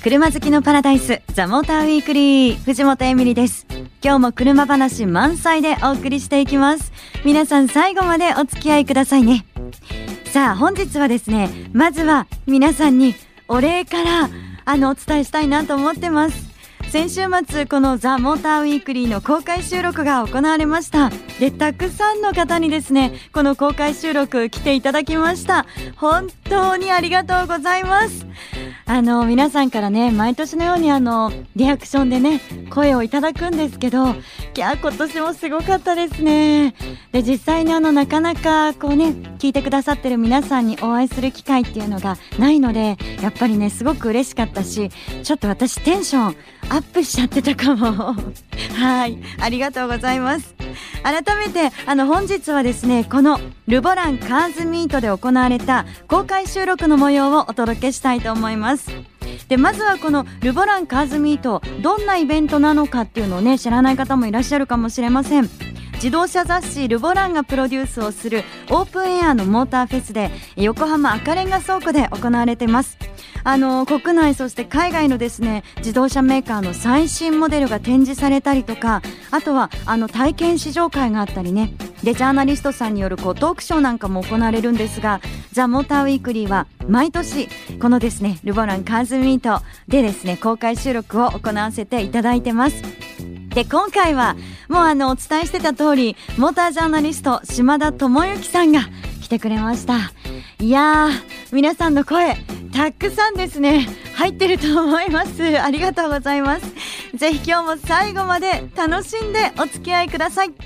車好きのパラダイス、ザ・モーターウィークリー、藤本エミリです。今日も車話満載でお送りしていきます。皆さん最後までお付き合いくださいね。さあ本日はですね、まずは皆さんにお礼からお伝えしたいなと思ってます。先週末このザ・モーターウィークリーの公開収録が行われました。で、たくさんの方にですね、この公開収録来ていただきました。本当にありがとうございます。皆さんからね、毎年のようにリアクションでね、声をいただくんですけど、今年もすごかったですね。で、実際になかなかこうね、聞いてくださってる皆さんにお会いする機会っていうのがないので、やっぱりね、すごく嬉しかったし、ちょっと私テンションアップしちゃってたかもはい、ありがとうございます。改めて本日はですね、このルボランカーズミートで行われた公開収録の模様をお届けしたいと思います。で、まずはこのルボランカーズミート、どんなイベントなのかっていうのをね、知らない方もいらっしゃるかもしれません。自動車雑誌ルボランがプロデュースをするオープンエアのモーターフェスで、横浜赤レンガ倉庫で行われています。国内そして海外のですね、自動車メーカーの最新モデルが展示されたりとか、あとは体験試乗会があったりね、でジャーナリストさんによるトークショーなんかも行われるんですが、ザ・モーターウィークリーは毎年このですね、ルボランカーズミートでですね、公開収録を行わせていただいてます。で、今回はもうお伝えしてた通り、モータージャーナリスト島田智之さんが来てくれました。いやー、皆さんの声たくさんですね、入ってると思います。ありがとうございます。ぜひ今日も最後まで楽しんでお付き合いください。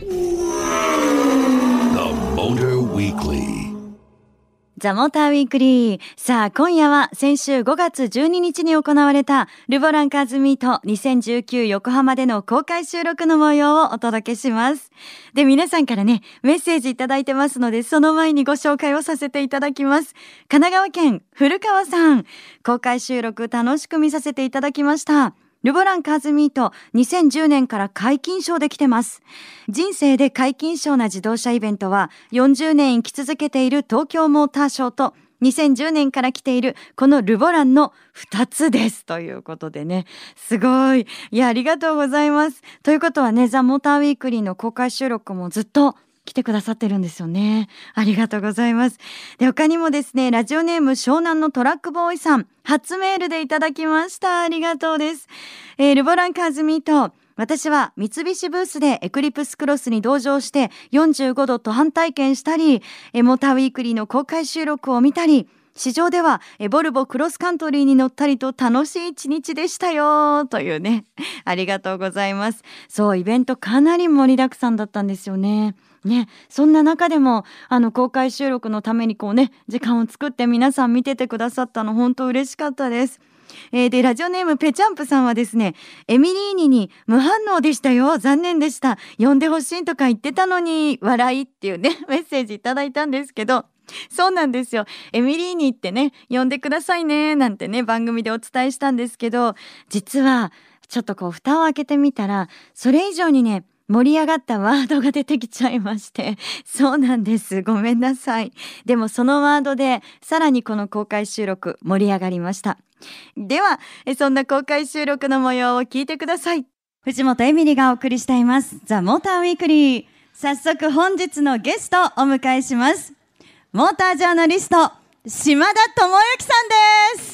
ザ・モーターウィークリー。さあ今夜は先週5月12日に行われたルボランカーズミート2019横浜での公開収録の模様をお届けします。で、皆さんからね、メッセージいただいてますので、その前にご紹介をさせていただきます。神奈川県古川さん、公開収録楽しく見させていただきました。ルボランカーズミート2010年から皆勤賞で来てます。人生で皆勤賞な自動車イベントは40年生き続けている東京モーターショーと2010年から来ているこのルボランの2つですということでね、すごい、いや、ありがとうございます。ということはね、ザ・モーターウィークリーの公開収録もずっと来てくださってるんですよね。ありがとうございます。で、他にもですね、ラジオネーム湘南のトラックボーイさん、初メールでいただきました。ありがとうです。ルボランカーズミート、私は三菱ブースでエクリプスクロスに同乗して45度途半体験したり、モーターウィークリーの公開収録を見たり、市場ではボルボクロスカントリーに乗ったりと楽しい一日でしたよというね、ありがとうございます。そう、イベントかなり盛りだくさんだったんですよね。そんな中でも公開収録のためにこうね、時間を作って皆さん見ててくださったの本当嬉しかったです。で、ラジオネームペチャンプさんはですね、エミリーニに無反応でしたよ、残念でした、呼んでほしいとか言ってたのに笑いっていうね、メッセージいただいたんですけど、そうなんですよ。エミリーニってね、呼んでくださいねなんてね、番組でお伝えしたんですけど、実はちょっとこう蓋を開けてみたら、それ以上にね、盛り上がったワードが出てきちゃいまして、そうなんです、ごめんなさい。でもそのワードでさらにこの公開収録盛り上がりました。ではそんな公開収録の模様を聞いてください。藤本エミリがお送りしていますザ・モーターウィークリー。早速本日のゲストをお迎えします。モータージャーナリスト島田智之さんです。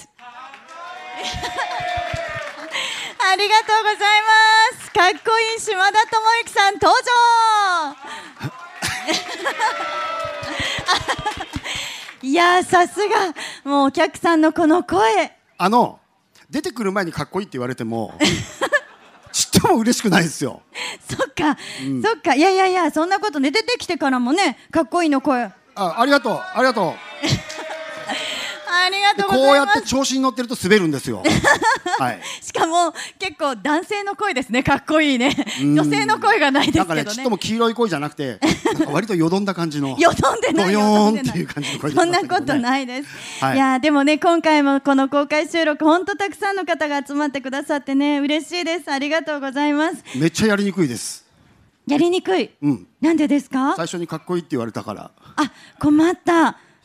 ありがとうございます。かっこいい島田智之さん登場いやー、さすが、もうお客さんのこの声、 出てくる前にかっこいいって言われてもちっとも嬉しくないですよ。 そっか、そっか、いやそんなことね、出てきてからもね、かっこいいの声、 ありがとうありがとうございます。 こうやって調子に乗ってると滑るんですよはい、 しかも結構男性の声ですね、かっこいいね。女性の声がないですけどね。 なんかね、ちっとも黄色い声じゃなくてなんか割とよどんだ感じのよどんでない、 ドヨーンっていう感じの声で、 そんなことないです、はい、いやでもね、今回もこの公開収録本当たくさんの方が集まってくださってね、嬉しいです。ありがとうございます。 めっちゃやりにくいです。 やりにくい、なんでですか？ 最初にかっこいいって言われたから。 あ、困った。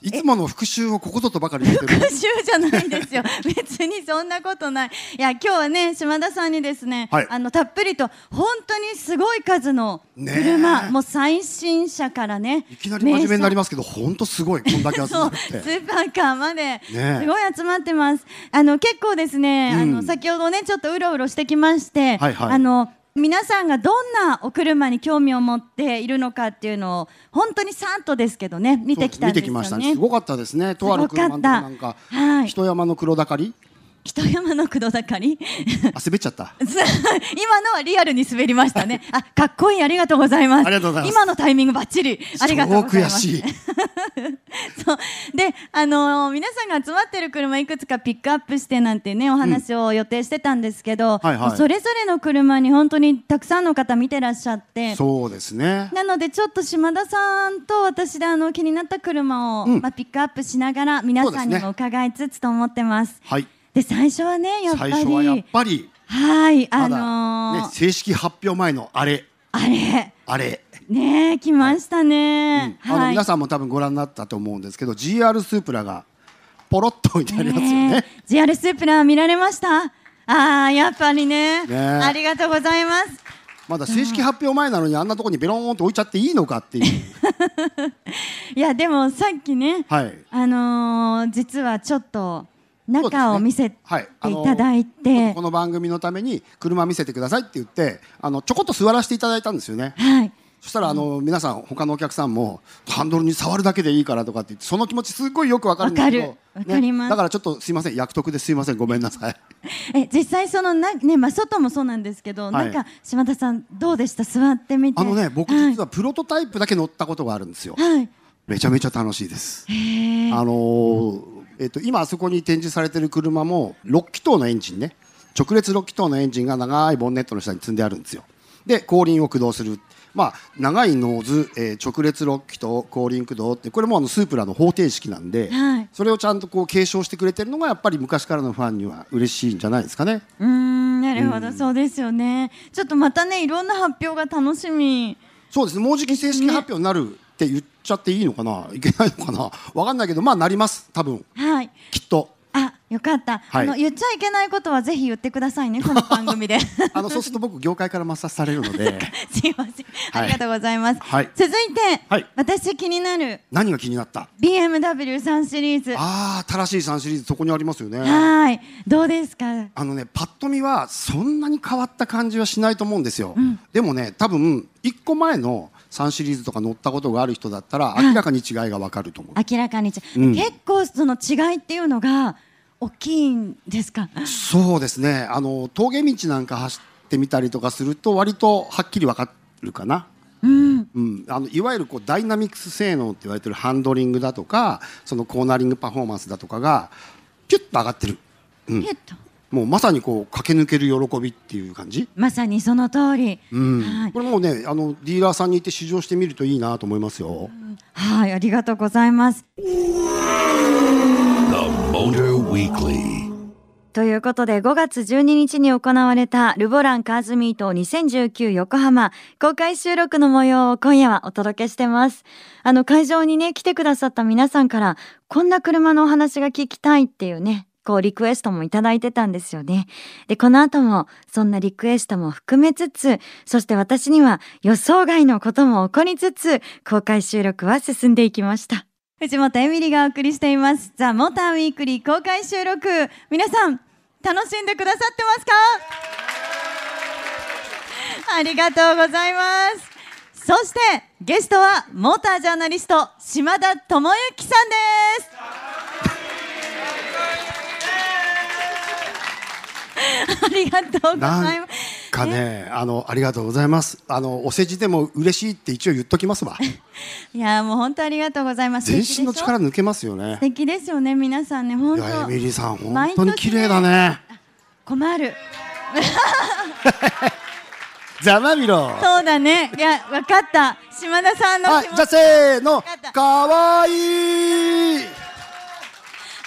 いつもの復習をここぞとばかり言ってる。 復習じゃないですよ。別にそんなことない。いや今日はね島田さんにですね、 はい、 たっぷりと本当にすごい数の車、もう最新車からね。 いきなり真面目になりますけど本当すごいこんだけ集まって。 スーパーカーまですごい集まってます。結構ですね、先ほどねちょっとうろうろしてきまして、 はいはい、 皆さんがどんなお車に興味を持っているのかっていうのを本当にさっとですけどね見てきたんですよね。 見てきましたね。すごかったですね。とある車のなんか、はい、人山の黒だかり。 人山の黒だかり滑っちゃった今のはリアルに滑りましたね。かっこいい、ありがとうございます。 ありがとうございます。 今のタイミングバッチリありがとうございます。 超悔しいそうで、皆さんが集まってる車いくつかピックアップしてなんてねお話を予定してたんですけど、はいはい、それぞれの車に本当にたくさんの方見てらっしゃって、 そうですね。 なのでちょっと島田さんと私で気になった車を、ピックアップしながら皆さんにも伺いつつと思ってます。 はい。 で最初はねやっぱり最初はやっぱりはいね、正式発表前のあれね来ましたね、 皆さんも多分ご覧になったと思うんですけど GR スープラがポロッと置いてありますよね。 GR スープラ見られました？やっぱりねありがとうございます。 まだ正式発表前なのにあんなところにベローンと置いちゃっていいのかっていういやでもさっきね、はい、実はちょっと中を見せていただいて、 この番組のために車見せてくださいって言ってちょこっと座らせていただいたんですよね。はい、そしたら皆さん他のお客さんもハンドルに触るだけでいいからとかって言ってその気持ちすごいよくわかるんですけど、 わかります。 だからちょっとすいません役得ですいませんごめんなさい。 実際外もそうなんですけど、なんか島田さんどうでした？座ってみて。 僕実はプロトタイプだけ乗ったことがあるんですよ。はい、めちゃめちゃ楽しいです。今あそこに展示されている車も6気筒のエンジンね、直列6気筒のエンジンが長いボンネットの下に積んであるんですよ。で後輪を駆動する、長いノーズ、直列6気筒後輪駆動ってこれもスープラの方程式なんで、はい、それをちゃんと継承してくれてるのがやっぱり昔からのファンには嬉しいんじゃないですかね。 なるほど、そうですよね。ちょっとまたねいろんな発表が楽しみ。 そうですね、もうじき正式発表になるって言っちゃっていいのかな、いけないのかな、わかんないけどなります多分、はい、きっと。 よかった、はい、言っちゃいけないことはぜひ言ってくださいねこの番組でそうすると僕業界から抹殺されるのですいません、ありがとうございます、はい、続いて、はい、私気になる。 何が気になった？ BMW3 シリーズ。 新しい3シリーズそこにありますよね。 はい、どうですか？ パッと見はそんなに変わった感じはしないと思うんですよ、でもね多分1個前の3シリーズとか乗ったことがある人だったら明らかに違いが分かると思う。 明らかに結構その違いっていうのが大きいんですか？ そうですね、峠道なんか走ってみたりとかすると割とはっきり分かるかな。いわゆるダイナミクス性能って言われてるハンドリングだとかそのコーナリングパフォーマンスだとかがピュッと上がってる、ピュッともうまさに駆け抜ける喜びっていう感じ。 まさにその通り、 はい、これもうねディーラーさんに行って試乗してみるといいなと思いますよ。 はい、ありがとうございます。ということで5月12日に行われたルボランカーズミート2019横浜公開収録の模様を今夜はお届けしてます。会場にね来てくださった皆さんからこんな車のお話が聞きたいっていうねリクエストもいただいてたんですよね。でこの後もそんなリクエストも含めつつ、そして私には予想外のことも起こりつつ公開収録は進んでいきました。藤本エミリがお送りしていますザ・モーターウィークリー公開収録、皆さん楽しんでくださってますか？ありがとうございます。そしてゲストはモータージャーナリスト島田智之さんです。ありがとうございます。 ありがとうございます。お世辞でも嬉しいって一応言っときますわ。 いやもう本当ありがとうございます。 全身の力抜けますよね。 素敵ですよね皆さんね。本当。 エミリーさん本当に綺麗だね。 困る。 ざまみろ。 そうだね。いや分かった。島田さんの気持ち。 じゃあせーの。かわいい。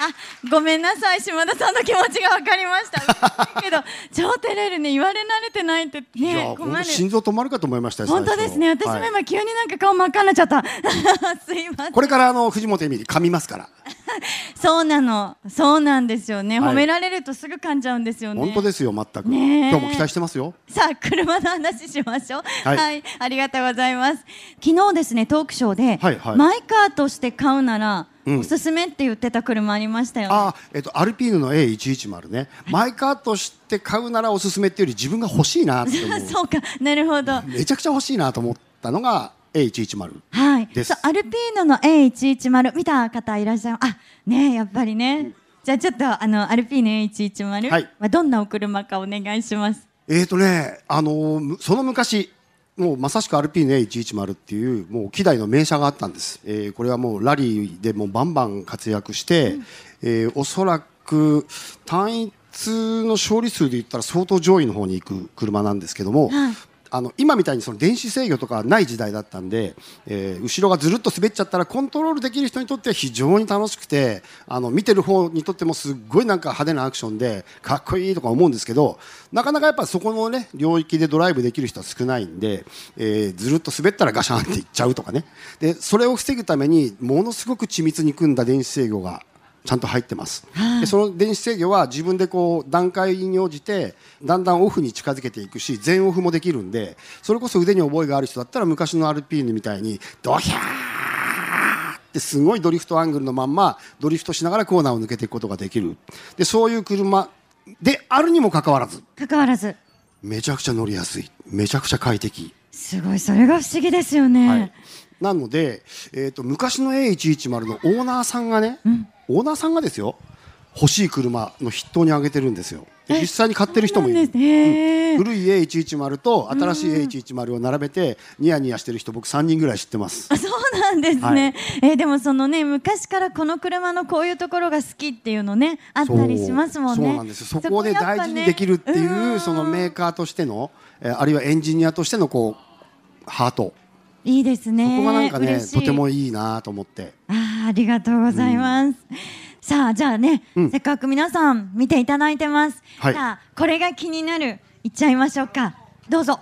ごめんなさい、島田さんの気持ちが分かりましたけど超照れるね、言われ慣れてないっていやね、 本当心臓止まるかと思いましたよ。 本当ですね、私も今急になんか顔真っ赤になっちゃったすいません。 これから藤本エミリ噛みますからそうなの、そうなんですよね、 はい褒められるとすぐ噛んじゃうんですよね。 本当ですよ、全く、 ねえ、 今日も期待してますよ。 さあ車の話しましょう。 はい、 はい、ありがとうございます。昨日ですね、トークショーで、 はいはい、 マイカーとして買うなら、おすすめって言ってた車ありましたよね。 アルピーヌの A110 ね、マイカーとして買うならおすすめっていうより自分が欲しいなって思うそうか、なるほど。 めちゃくちゃ欲しいなと思ったのが A110 はい、 です。 アルピーヌの A110 見た方いらっしゃいます。あ、ね、やっぱりね、じゃあちょっとアルピーヌ A110 はどんなお車かお願いします。 その昔もうまさしくアルピーヌ A110 っていうもう希代の名車があったんです。これはもうラリーでもバンバン活躍して、おそらく単一の勝利数で言ったら相当上位の方に行く車なんですけども、はい、今みたいにその電子制御とかない時代だったんで、後ろがずるっと滑っちゃったらコントロールできる人にとっては非常に楽しくて、見てる方にとってもすっごいなんか派手なアクションでかっこいいとか思うんですけど、なかなかやっぱそこのね領域でドライブできる人は少ないんで、ずるっと滑ったらガシャンっていっちゃうとかね。でそれを防ぐためにものすごく緻密に組んだ電子制御がちゃんと入ってます。でその電子制御は自分でこう段階に応じてだんだんオフに近づけていくし、全オフもできるんで、それこそ腕に覚えがある人だったら昔のアルピーヌみたいにドヒャーってすごいドリフトアングルのまんまドリフトしながらコーナーを抜けていくことができる。でそういう車であるにもかかわらずめちゃくちゃ乗りやすい、めちゃくちゃ快適。 すごい、それが不思議ですよね。 はい、なので、昔の A110 のオーナーさんがね、オーナーさんがですよ、欲しい車の筆頭に挙げてるんですよ。実際に買ってる人もいる。古い A110 と新しい A110 を並べてニヤニヤしてる人、僕3人ぐらい知ってます。 あ、そうなんですね。はい、でもそのね、昔からこの車のこういうところが好きっていうのね、あったりしますもんね。 そうなんですよ。そこで大事にできるっていう、そのメーカーとしての、あるいはエンジニアとしてのこうハート、 いいですね。 そこがなんかね、とてもいいなと思って。 ありがとうございます。さあ、じゃあね、せっかく皆さん見ていただいてます。さあ、これが気になる、いっちゃいましょうか。どうぞ。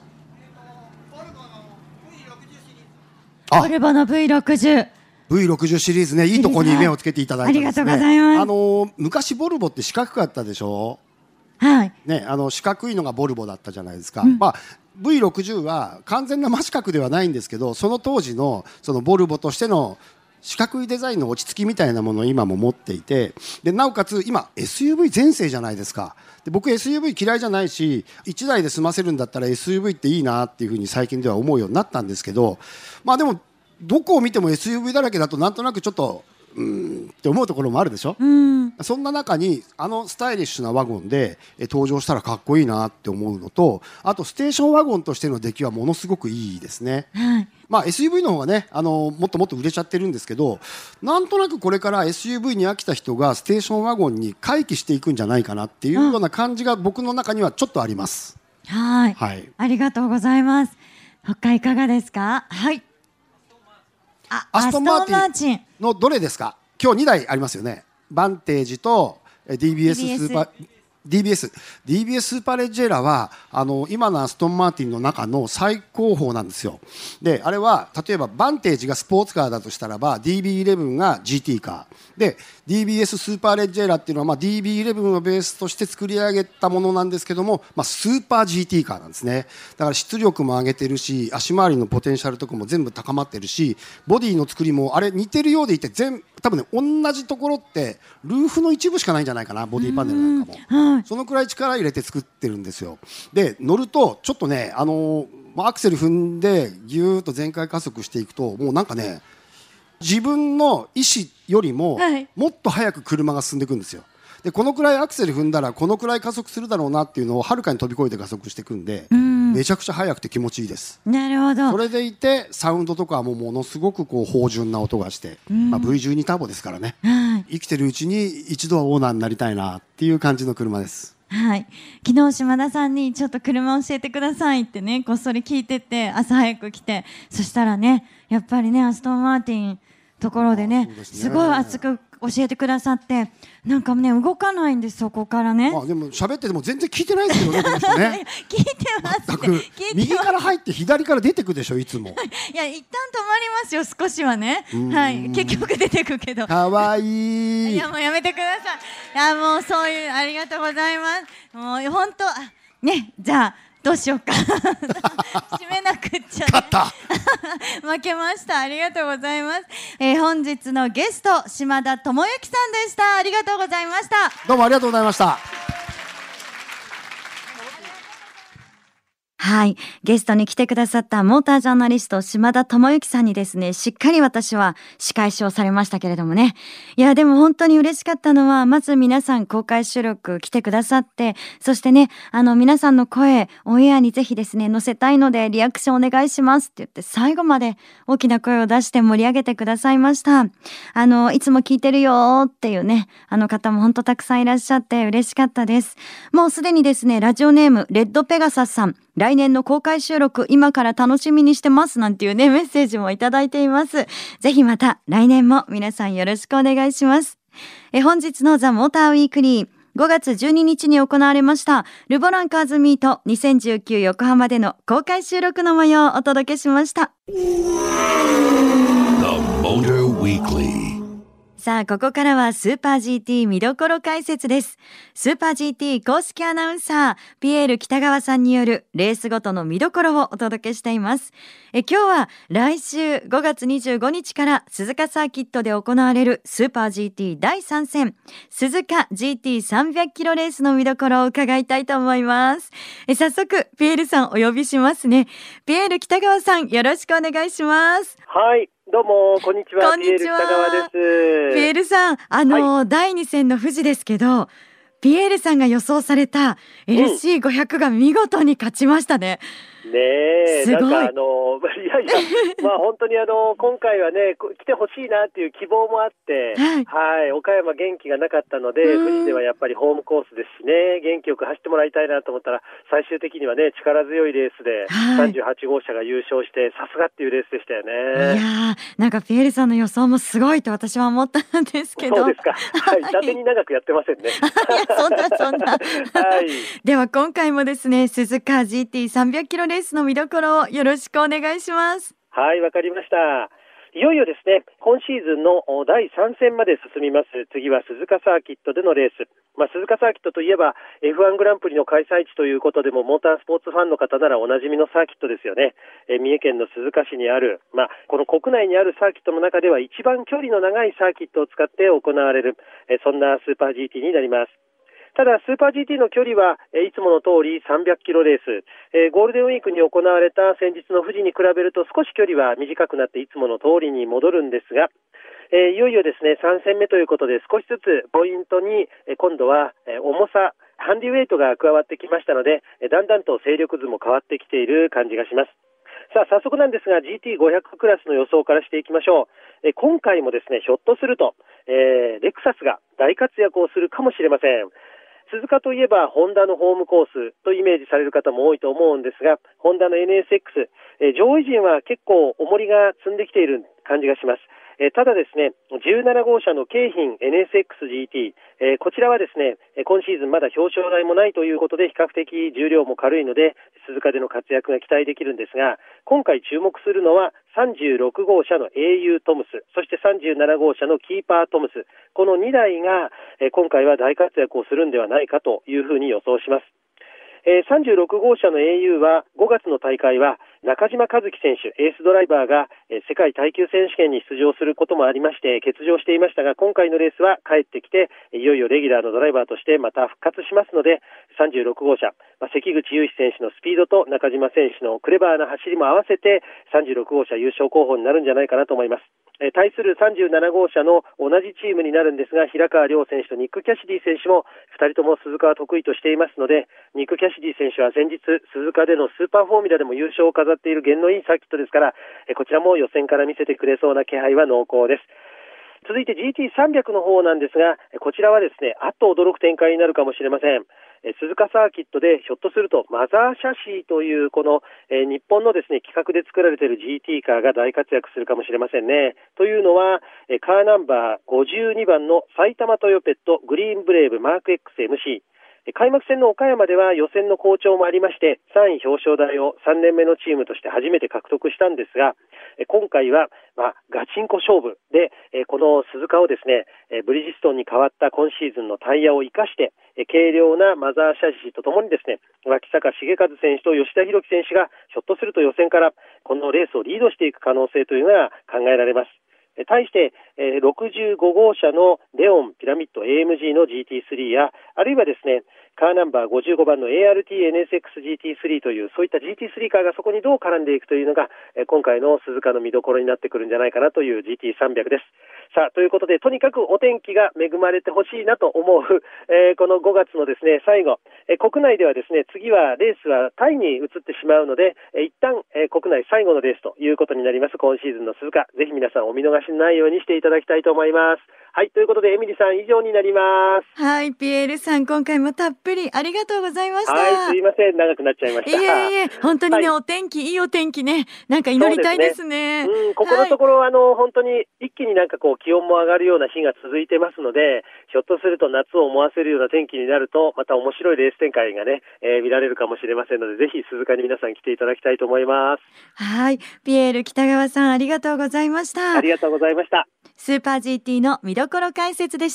ボルボの V60 シリーズね、いいとこに目をつけていただいてますね。 ありがとうございます。 昔ボルボって四角かったでしょ。 はいね、四角いのがボルボだったじゃないですか。まあV60 は完全な真四角ではないんですけど、その当時のそのボルボとしての四角いデザインの落ち着きみたいなものを今も持っていて、でなおかつ今 SUV 全盛じゃないですか。で僕 SUV 嫌いじゃないし、1台で済ませるんだったら SUV っていいなっていうふうに最近では思うようになったんですけど、まあでもどこを見ても SUV だらけだとなんとなくちょっとって思うところもあるでしょ。そんな中にスタイリッシュなワゴンで登場したらかっこいいなって思うのと、あとステーションワゴンとしての出来はものすごくいいですね。まあ SUV の方がねもっともっと売れちゃってるんですけど、なんとなくこれから SUV に飽きた人がステーションワゴンに回帰していくんじゃないかなっていうような感じが僕の中にはちょっとあります。 はい、ありがとうございます。他いかがですか。はい、 アストンマーティンのどれですか。今日2台ありますよね。バンテージと DBS スーパーDBS スーパーレッジェラは今のアストンマーティンの中の最高峰なんですよ。であれは例えばバンテージがスポーツカーだとしたらば DB11 が GT カーで DBS スーパーレッジェラっていうのは、まあ、DB11 をベースとして作り上げたものなんですけども、まあ、スーパー GT カーなんですね。だから出力も上げてるし、足回りのポテンシャルとかも全部高まってるし、ボディの作りもあれ似てるようでいて多分ね同じところってルーフの一部しかないんじゃないかな、ボディパネルなんかも。そのくらい力入れて作ってるんですよ。で乗るとちょっとねアクセル踏んでギューッと全開加速していくともうなんかね自分の意思よりももっと速く車が進んでいくんですよ。でこのくらいアクセル踏んだらこのくらい加速するだろうなっていうのをはるかに飛び越えて加速していくんで、めちゃくちゃ速くて気持ちいいです。 なるほど。 それでいてサウンドとかもものすごくこう芳醇な音がして、まあ、V12 ターボですからね、生きてるうちに一度はオーナーになりたいなっていう感じの車です。 はい、昨日島田さんにちょっと車教えてくださいってねこっそり聞いてて、朝早く来て、そしたらねやっぱりねアストンマーティンところでねすごい熱く教えてくださって、なんかね動かないんです、そこからね。 でも喋ってても全然聞いてないですよね、この人ね。 聞いてますって。 右から入って左から出てくでしょ、いつも。 いや、一旦止まりますよ、少しはね。はい、結局出てくけど。 かわいい。 いや、もうやめてください。いや、もうそういう、ありがとうございます。もう本当ね、じゃあどうしようか。締めなくっちゃ、ね、 勝った。 負けました。ありがとうございます。本日のゲスト、島田智之さんでした。ありがとうございました。 どうもありがとうございました。 はい、ゲストに来てくださったモータージャーナリスト島田智之さんにですね、しっかり私は仕返しをされましたけれどもね。いや、でも本当に嬉しかったのは、まず皆さん公開収録来てくださって、そしてね、皆さんの声オンエアにぜひですね載せたいのでリアクションお願いしますって言って、最後まで大きな声を出して盛り上げてくださいました。いつも聞いてるよっていうね、方も本当たくさんいらっしゃって嬉しかったです。もうすでにですね、ラジオネームレッドペガサスさん、来年の公開収録今から楽しみにしてますなんていうね、メッセージもいただいています。ぜひまた来年も皆さんよろしくお願いします。本日のザ・モーターウィークリー、5月12日に行われましたルボランカーズミート2019横浜での公開収録の模様をお届けしました。さあ、ここからはスーパー GT 見どころ解説です。スーパー GT 公式アナウンサーピエール北川さんによるレースごとの見どころをお届けしています。今日は来週5月25日から鈴鹿サーキットで行われるスーパー GT 第3戦鈴鹿 GT300 キロレースの見どころを伺いたいと思います。早速ピエールさんお呼びしますね。ピエール北川さん、よろしくお願いします。 はい、どうもこんにちは。ピエール北川です。 ピエールさん、はい、第2戦の富士ですけど、ピエールさんが予想された LC500 が見事に勝ちましたね。 ねえ、なんかいやいや、まあ本当に今回はね来てほしいなっていう希望もあって、はい、岡山元気がなかったので、富士ではやっぱりホームコースですしね、元気よく走ってもらいたいなと思ったら、最終的にはね力強いレースで38号車が優勝して、さすがっていうレースでしたよね。 いやー、なんかピエールさんの予想もすごいと私は思ったんですけど。 そうですか。はい、伊達に長くやってませんね。 いや、そんな。はい。では今回もですね、鈴鹿 GT300 キロレースの見どころをよろしくお願いします。 はい、わかりました。いよいよですね、今シーズンの第3戦まで進みます。次は鈴鹿サーキットでのレース。鈴鹿サーキットといえば F1 グランプリの開催地ということでも、モータースポーツファンの方ならおなじみのサーキットですよね。三重県の鈴鹿市にある、この国内にあるサーキットの中では一番距離の長いサーキットを使って行われる、そんなスーパー GT になります。ただスーパー GT の距離はいつもの通り300キロレース、ゴールデンウィークに行われた先日の富士に比べると少し距離は短くなっていつもの通りに戻るんですが、いよいよですね3戦目ということで、少しずつポイントに今度は重さ、ハンディウェイトが加わってきましたので、だんだんと勢力図も変わってきている感じがします。さあ早速なんですが GT500 クラスの予想からしていきましょう。今回もですね、ひょっとすると、レクサスが大活躍をするかもしれません。鈴鹿といえばホンダのホームコースとイメージされる方も多いと思うんですが、ホンダの NSX、上位陣は結構重りが積んできている感じがします。ただですね、17号車の京浜 NSX-GT、こちらはですね、今シーズンまだ表彰台もないということで比較的重量も軽いので鈴鹿での活躍が期待できるんですが、今回注目するのは36号車の英雄トムス、そして37号車のキーパートムス、この2台が今回は大活躍をするんではないかというふうに予想します。36号車の英雄は5月の大会は中島和樹選手、エースドライバーが世界耐久選手権に出場することもありまして欠場していましたが、今回のレースは帰ってきていよいよレギュラーのドライバーとしてまた復活しますので、36号車、関口雄飛選手のスピードと中島選手のクレバーな走りも合わせて36号車優勝候補になるんじゃないかなと思います。対する37号車の同じチームになるんですが、平川亮選手とニック・キャシディ選手も2人とも鈴鹿は得意としていますので、ニック・キャシディ選手は先日鈴鹿でのスーパーフォーミュラでも優勝を飾っている弦のいいサーキットですから、こちらも予選から見せてくれそうな気配は濃厚です。 続いて GT300 の方なんですが、こちらはですね、あっと驚く展開になるかもしれません。鈴鹿サーキットでひょっとするとマザーシャシーというこの、日本のですね、企画で作られている GT カーが大活躍するかもしれませんね。というのは、カーナンバー52番の埼玉トヨペットグリーンブレーブマーク XMC。開幕戦の岡山では予選の好調もありまして、3位表彰台を3年目のチームとして初めて獲得したんですが、今回は、ガチンコ勝負で、この鈴鹿をですね、ブリヂストンに変わった今シーズンのタイヤを生かして、軽量なマザーシャシーとともにですね、脇坂重和選手と吉田裕樹選手がひょっとすると予選からこのレースをリードしていく可能性というのが考えられます。対して、65号車のレオンピラミッド AMG の GT3 や、あるいはですね、カーナンバー55番の ART-NSX-GT3 という、そういった GT3 カーがそこにどう絡んでいくというのが、今回の鈴鹿の見どころになってくるんじゃないかなという GT300 です。さあ、ということで、とにかくお天気が恵まれてほしいなと思う、この5月のですね、最後、国内ではですね、次はレースはタイに移ってしまうので、一旦、国内最後のレースということになります、今シーズンの鈴鹿。ぜひ皆さんお見逃しのないようにしていただきたいと思います。はい、ということで、エミリさん以上になります。 はい、ピエールさん、今回もたっぷりありがとうございました。 はい、すいません、長くなっちゃいました。 いえ、本当にね、お天気、いいお天気ね、なんか祈りたいですね。 ここのところ、本当に一気になんかこう気温も上がるような日が続いてますので、ひょっとすると夏を思わせるような天気になると、また面白いレース展開がね、見られるかもしれませんので、ぜひ鈴鹿に皆さん来ていただきたいと思います。 はい、ピエール北川さん、ありがとうございました。 ありがとうございました。 スーパー GT の見どころ解説でした。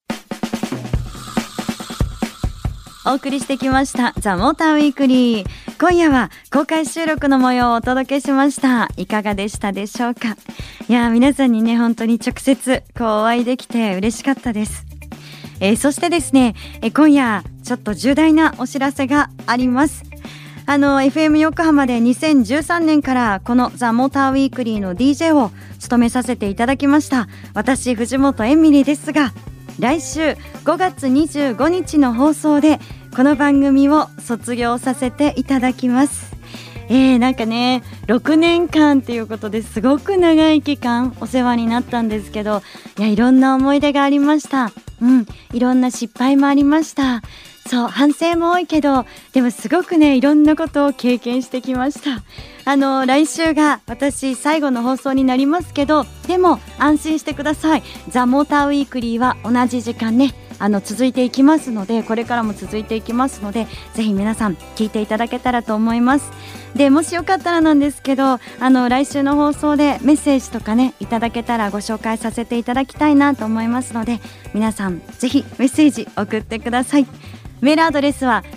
お送りしてきましたザ・モーターウィークリー。今夜は公開収録の模様をお届けしました。いかがでしたでしょうか。いや、皆さんにね、本当に直接お会いできて嬉しかったです。そしてですね、今夜ちょっと重大なお知らせがあります。FM 横浜で2013年からこのザ・モーターウィークリーの DJ を務めさせていただきました私、藤本エミリーですが、来週5月25日の放送でこの番組を卒業させていただきます。なんかね、6年間ということですごく長い期間お世話になったんですけど、いろんな思い出がありました。いろんな失敗もありました。そう、反省も多いけど、でもすごくね、いろんなことを経験してきました。来週が私最後の放送になりますけど、でも安心してください。ザ・モーターウィークリーは同じ時間ね、続いていきますので、これからも続いていきますので、ぜひ皆さん聞いていただけたらと思います。で、もしよかったらなんですけど、来週の放送でメッセージとかね、いただけたらご紹介させていただきたいなと思いますので、皆さんぜひメッセージ送ってください。メールアドレスは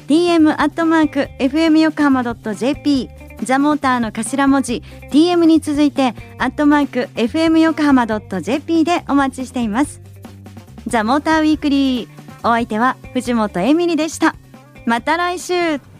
tm@fmyokohama.jp、 ザ・モーターの頭文字 tm に続いて@fmyokohama.jp でお待ちしています。ザ・モーターウィークリー、お相手は藤本エミリでした。また来週。